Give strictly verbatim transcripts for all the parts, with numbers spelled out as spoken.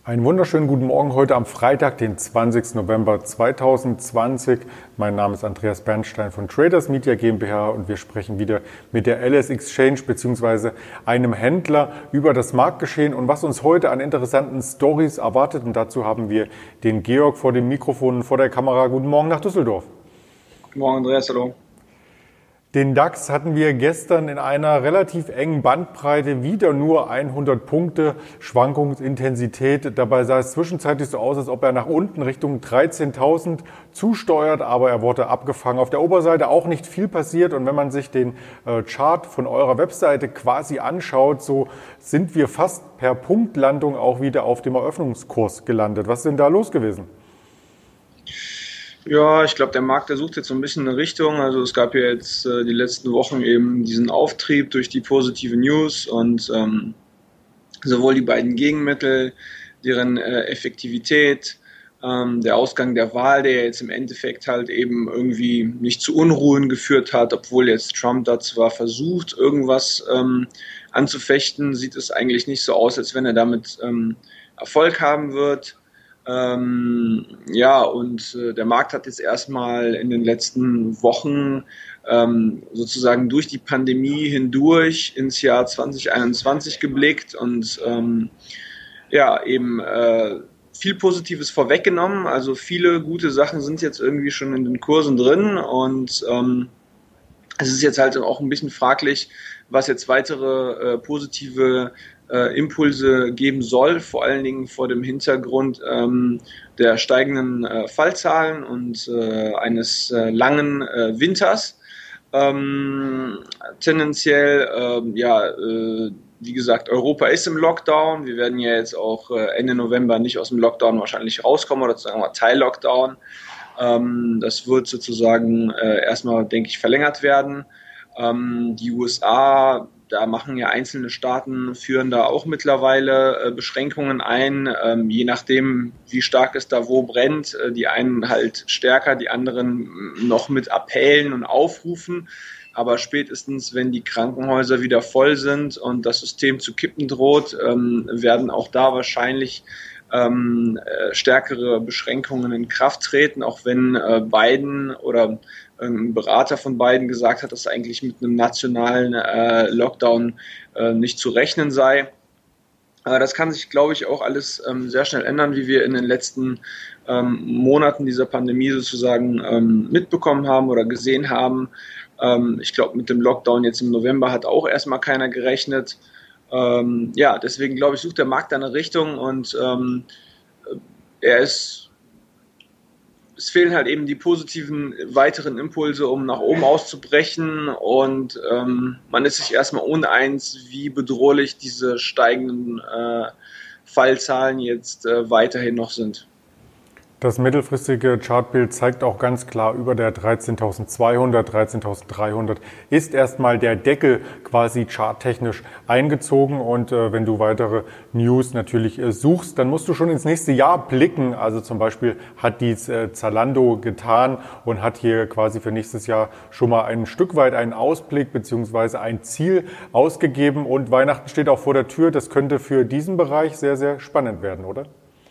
Einen wunderschönen guten Morgen heute am Freitag, den zwanzigsten November zweitausendzwanzig. Mein Name ist Andreas Bernstein von Traders Media GmbH und wir sprechen wieder mit der L S Exchange bzw. einem Händler über das Marktgeschehen und was uns heute an interessanten Stories erwartet. Und dazu haben wir den Georg vor dem Mikrofon und vor der Kamera. Guten Morgen nach Düsseldorf. Guten Morgen, Andreas, hallo. Den DAX hatten wir gestern in einer relativ engen Bandbreite wieder nur hundert Punkte Schwankungsintensität. Dabei sah es zwischenzeitlich so aus, als ob er nach unten Richtung dreizehntausend zusteuert, aber er wurde abgefangen. Auf der Oberseite auch nicht viel passiert und wenn man sich den Chart von eurer Webseite quasi anschaut, so sind wir fast per Punktlandung auch wieder auf dem Eröffnungskurs gelandet. Was ist denn da los gewesen? Ja, ich glaube, der Markt, der sucht jetzt so ein bisschen eine Richtung. Also es gab ja jetzt äh, die letzten Wochen eben diesen Auftrieb durch die positive News und ähm, sowohl die beiden Gegenmittel, deren äh, Effektivität, ähm, der Ausgang der Wahl, der jetzt im Endeffekt halt eben irgendwie nicht zu Unruhen geführt hat, obwohl jetzt Trump da zwar versucht, irgendwas ähm, anzufechten, sieht es eigentlich nicht so aus, als wenn er damit ähm, Erfolg haben wird. Ähm, ja, und äh, der Markt hat jetzt erstmal in den letzten Wochen ähm, sozusagen durch die Pandemie hindurch ins Jahr zwanzig einundzwanzig geblickt und ähm, ja, eben äh, viel Positives vorweggenommen. Also viele gute Sachen sind jetzt irgendwie schon in den Kursen drin und ähm, es ist jetzt halt auch ein bisschen fraglich, was jetzt weitere äh, positive äh, Impulse geben soll, vor allen Dingen vor dem Hintergrund ähm, der steigenden äh, Fallzahlen und äh, eines äh, langen äh, Winters. Ähm, tendenziell, ähm, ja, äh, wie gesagt, Europa ist im Lockdown. Wir werden ja jetzt auch äh, Ende November nicht aus dem Lockdown wahrscheinlich rauskommen oder sagen wir Teil-Lockdown. Ähm, das wird sozusagen äh, erstmal, denke ich, verlängert werden. Ähm, die U S A, da machen ja einzelne Staaten, führen da auch mittlerweile äh, Beschränkungen ein, ähm, je nachdem, wie stark es da wo brennt. Äh, die einen halt stärker, die anderen noch mit Appellen und Aufrufen. Aber spätestens, wenn die Krankenhäuser wieder voll sind und das System zu kippen droht, ähm, werden auch da wahrscheinlich ähm, äh, stärkere Beschränkungen in Kraft treten, auch wenn äh, Biden oder ein Berater von Biden gesagt hat, dass eigentlich mit einem nationalen äh, Lockdown äh, nicht zu rechnen sei. Aber das kann sich, glaube ich, auch alles ähm, sehr schnell ändern, wie wir in den letzten ähm, Monaten dieser Pandemie sozusagen ähm, mitbekommen haben oder gesehen haben. Ähm, ich glaube, mit dem Lockdown jetzt im November hat auch erstmal keiner gerechnet. Ähm, ja, deswegen, glaube ich, sucht der Markt da eine Richtung und ähm, er ist Es fehlen halt eben die positiven weiteren Impulse, um nach oben auszubrechen und ähm, man ist sich erstmal uneins, wie bedrohlich diese steigenden äh, Fallzahlen jetzt äh, weiterhin noch sind. Das mittelfristige Chartbild zeigt auch ganz klar, über der dreizehntausendzweihundert, dreizehntausenddreihundert ist erstmal der Deckel quasi charttechnisch eingezogen und äh, wenn du weitere News natürlich äh, suchst, dann musst du schon ins nächste Jahr blicken. Also zum Beispiel hat dies äh, Zalando getan und hat hier quasi für nächstes Jahr schon mal ein Stück weit einen Ausblick beziehungsweise ein Ziel ausgegeben und Weihnachten steht auch vor der Tür. Das könnte für diesen Bereich sehr, sehr spannend werden, oder?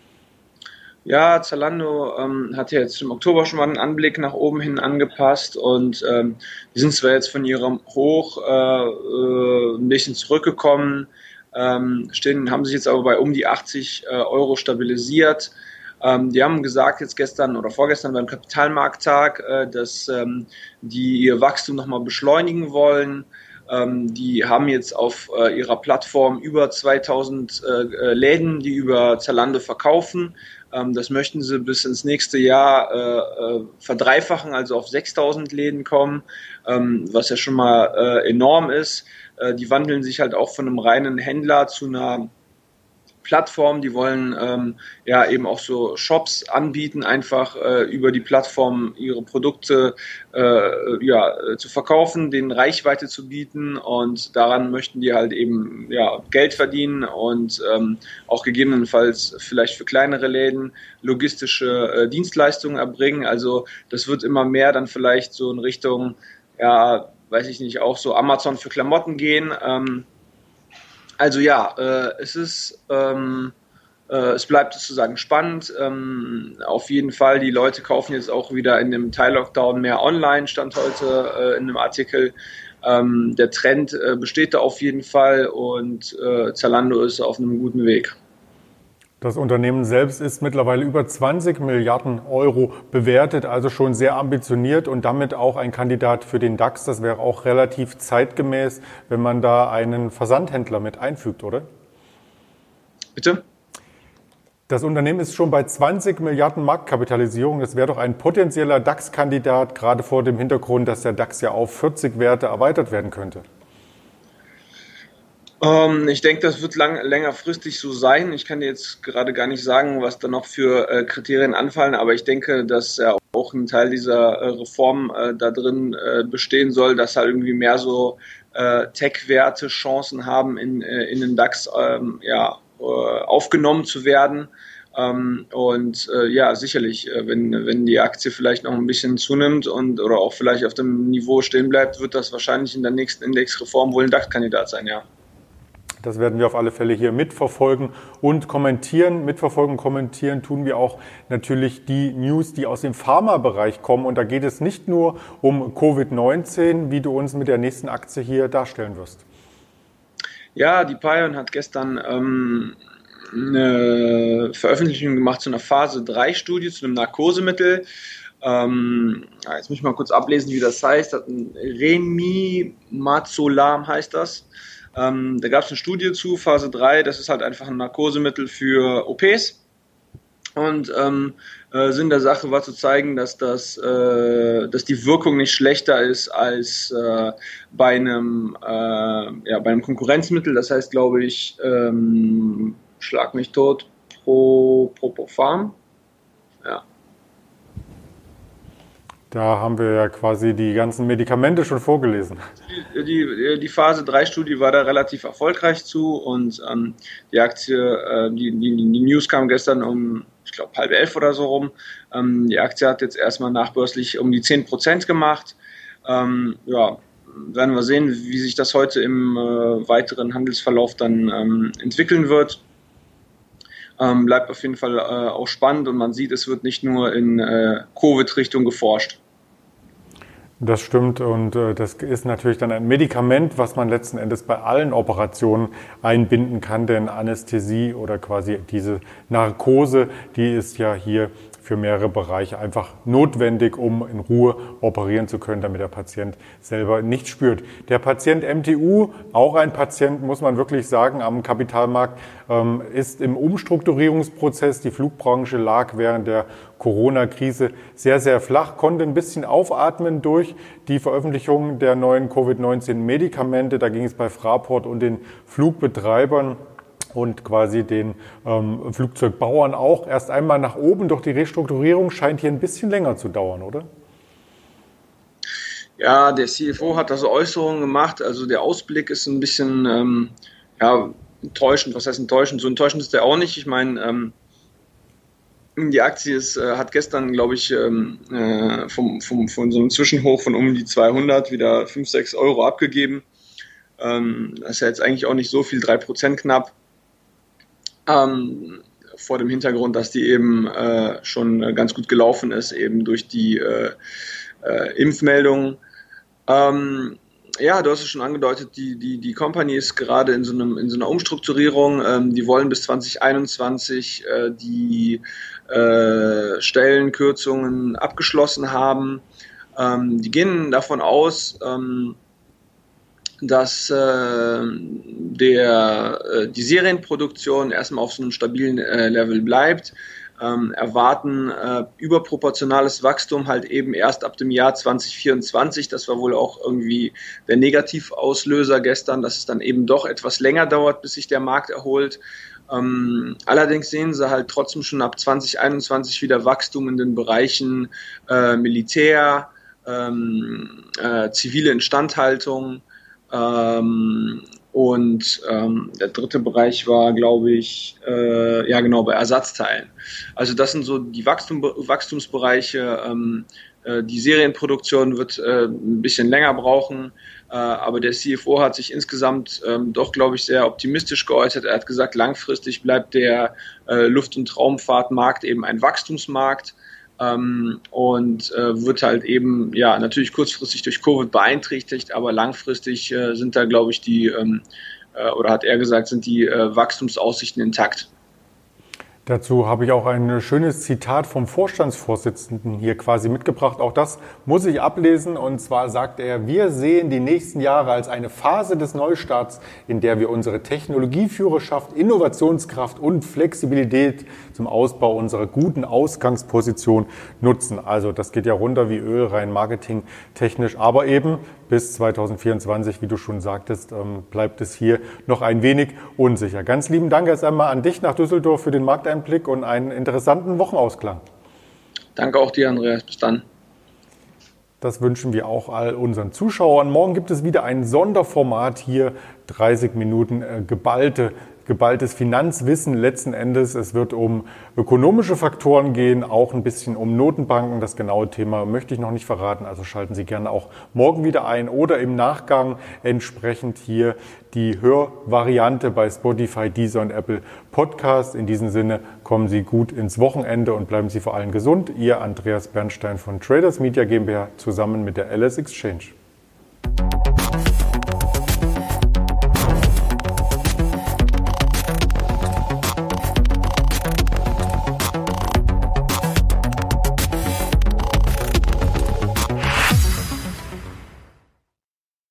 Ja, Zalando ähm, hat ja jetzt im Oktober schon mal einen Anblick nach oben hin angepasst und ähm, die sind zwar jetzt von ihrem Hoch äh, äh, ein bisschen zurückgekommen, ähm, stehen, haben sich jetzt aber bei um die achtzig äh, Euro stabilisiert. Ähm, die haben gesagt jetzt gestern oder vorgestern beim Kapitalmarkttag, äh, dass ähm, die ihr Wachstum nochmal beschleunigen wollen. Ähm, die haben jetzt auf äh, ihrer Plattform über zweitausend äh, Läden, die über Zalando verkaufen. Ähm, das möchten sie bis ins nächste Jahr äh, äh, verdreifachen, also auf sechstausend Läden kommen, ähm, was ja schon mal äh, enorm ist. Äh, die wandeln sich halt auch von einem reinen Händler zu einer Plattform, die wollen ähm, ja eben auch so Shops anbieten, einfach äh, über die Plattform ihre Produkte äh, ja, zu verkaufen, denen Reichweite zu bieten und daran möchten die halt eben ja, Geld verdienen und ähm, auch gegebenenfalls vielleicht für kleinere Läden logistische äh, Dienstleistungen erbringen. Also das wird immer mehr dann vielleicht so in Richtung, ja, weiß ich nicht, auch so Amazon für Klamotten gehen. Ähm, Also ja, äh, es ist ähm, äh, es bleibt sozusagen spannend. Ähm, auf jeden Fall, die Leute kaufen jetzt auch wieder in dem Teil-Lockdown mehr online, stand heute äh, in einem Artikel. Ähm, der Trend äh, besteht da auf jeden Fall und äh, Zalando ist auf einem guten Weg. Das Unternehmen selbst ist mittlerweile über zwanzig Milliarden Euro bewertet, also schon sehr ambitioniert und damit auch ein Kandidat für den DAX. Das wäre auch relativ zeitgemäß, wenn man da einen Versandhändler mit einfügt, oder? Bitte? Das Unternehmen ist schon bei zwanzig Milliarden Marktkapitalisierung. Das wäre doch ein potenzieller DAX-Kandidat, gerade vor dem Hintergrund, dass der DAX ja auf vierzig Werte erweitert werden könnte. Ähm, ich denke, das wird lang, längerfristig so sein. Ich kann dir jetzt gerade gar nicht sagen, was da noch für äh, Kriterien anfallen, aber ich denke, dass ja auch ein Teil dieser äh, Reform äh, da drin äh, bestehen soll, dass halt irgendwie mehr so äh, Tech-Werte Chancen haben, in, äh, in den DAX ähm, ja, äh, aufgenommen zu werden. Ähm, und äh, ja, sicherlich, äh, wenn, wenn die Aktie vielleicht noch ein bisschen zunimmt und oder auch vielleicht auf dem Niveau stehen bleibt, wird das wahrscheinlich in der nächsten Indexreform wohl ein DAX-Kandidat sein, ja. Das werden wir auf alle Fälle hier mitverfolgen und kommentieren. Mitverfolgen und kommentieren tun wir auch natürlich die News, die aus dem Pharmabereich kommen. Und da geht es nicht nur um Covid neunzehn, wie du uns mit der nächsten Aktie hier darstellen wirst. Ja, die Pion hat gestern ähm, eine Veröffentlichung gemacht zu einer Phase drei Studie, zu einem Narkosemittel. Ähm, jetzt muss ich mal kurz ablesen, wie das heißt. Remimazolam heißt das. Ähm, da gab es eine Studie zu, Phase drei, das ist halt einfach ein Narkosemittel für O Ps. Und ähm, äh, Sinn der Sache war zu zeigen, dass, das, äh, dass die Wirkung nicht schlechter ist als äh, bei, einem, äh, ja, bei einem Konkurrenzmittel. Das heißt, glaube ich, ähm, schlag mich tot, Pro, Propofan. Ja. Da haben wir ja quasi die ganzen Medikamente schon vorgelesen. Die, die, die Phase drei Studie war da relativ erfolgreich zu und ähm, die Aktie, äh, die, die, die News kam gestern um, ich glaube, halb elf oder so rum. Ähm, die Aktie hat jetzt erstmal nachbörslich um die zehn Prozent gemacht. Ähm, ja, werden wir sehen, wie sich das heute im äh, weiteren Handelsverlauf dann ähm, entwickeln wird. Ähm, bleibt auf jeden Fall äh, auch spannend und man sieht, es wird nicht nur in äh, Covid-Richtung geforscht. Das stimmt und äh, das ist natürlich dann ein Medikament, was man letzten Endes bei allen Operationen einbinden kann, denn Anästhesie oder quasi diese Narkose, die ist ja hier für mehrere Bereiche einfach notwendig, um in Ruhe operieren zu können, damit der Patient selber nichts spürt. Der Patient M T U, auch ein Patient, muss man wirklich sagen, am Kapitalmarkt, ähm, ist im Umstrukturierungsprozess. Die Flugbranche lag während der Corona-Krise sehr, sehr flach, konnte ein bisschen aufatmen durch die Veröffentlichung der neuen Covid neunzehn Medikamente. Da ging es bei Fraport und den Flugbetreibern und quasi den ähm, Flugzeugbauern auch erst einmal nach oben. Doch die Restrukturierung scheint hier ein bisschen länger zu dauern, oder? Ja, der C F O hat da so Äußerungen gemacht. Also der Ausblick ist ein bisschen ähm, ja, enttäuschend. Was heißt enttäuschend? So enttäuschend ist der auch nicht. Ich meine, ähm, die Aktie ist, äh, hat gestern, glaube ich, ähm, äh, vom, vom, von so einem Zwischenhoch von um die zweihundert wieder fünf, sechs Euro abgegeben. Ähm, das ist ja jetzt eigentlich auch nicht so viel, drei Prozent knapp. Ähm, vor dem Hintergrund, dass die eben äh, schon ganz gut gelaufen ist, eben durch die äh, äh, Impfmeldungen. Ähm, ja, du hast es schon angedeutet, die, die, die Company ist gerade in so, einem, in so einer Umstrukturierung. Ähm, die wollen bis zwanzig einundzwanzig äh, die äh, Stellenkürzungen abgeschlossen haben. Ähm, die gehen davon aus, ähm, dass äh, der, äh, die Serienproduktion erstmal auf so einem stabilen äh, Level bleibt, ähm, erwarten äh, überproportionales Wachstum halt eben erst ab dem Jahr zwanzig vierundzwanzig. Das war wohl auch irgendwie der Negativauslöser gestern, dass es dann eben doch etwas länger dauert, bis sich der Markt erholt. Ähm, allerdings sehen sie halt trotzdem schon ab zwanzig einundzwanzig wieder Wachstum in den Bereichen äh, Militär, ähm, äh, zivile Instandhaltung, Ähm, und ähm, der dritte Bereich war, glaube ich, äh, ja genau, bei Ersatzteilen. Also das sind so die Wachstum, Wachstumsbereiche. Ähm, äh, die Serienproduktion wird äh, ein bisschen länger brauchen. Aber der C F O hat sich insgesamt ähm, doch, glaube ich, sehr optimistisch geäußert. Er hat gesagt, langfristig bleibt der äh, Luft- und Raumfahrtmarkt eben ein Wachstumsmarkt ähm, und äh, wird halt eben, ja, natürlich kurzfristig durch Covid beeinträchtigt, aber langfristig äh, sind da, glaube ich, die, ähm, äh, oder hat er gesagt, sind die äh, Wachstumsaussichten intakt. Dazu habe ich auch ein schönes Zitat vom Vorstandsvorsitzenden hier quasi mitgebracht. Auch das muss ich ablesen. Und zwar sagt er, wir sehen die nächsten Jahre als eine Phase des Neustarts, in der wir unsere Technologieführerschaft, Innovationskraft und Flexibilität zum Ausbau unserer guten Ausgangsposition nutzen. Also das geht ja runter wie Öl, rein marketingtechnisch. Aber eben bis zweitausendvierundzwanzig, wie du schon sagtest, bleibt es hier noch ein wenig unsicher. Ganz lieben Dank erst einmal an dich nach Düsseldorf für den Markteinblick und einen interessanten Wochenausklang. Danke auch dir, Andreas. Bis dann. Das wünschen wir auch all unseren Zuschauern. Morgen gibt es wieder ein Sonderformat hier, dreißig Minuten äh, geballte, geballtes Finanzwissen letzten Endes. Es wird um ökonomische Faktoren gehen, auch ein bisschen um Notenbanken. Das genaue Thema möchte ich noch nicht verraten, also schalten Sie gerne auch morgen wieder ein oder im Nachgang entsprechend hier die Hörvariante bei Spotify, Deezer und Apple Podcast. In diesem Sinne kommen Sie gut ins Wochenende und bleiben Sie vor allem gesund. Ihr Andreas Bernstein von Traders Media GmbH zusammen mit der L S Exchange.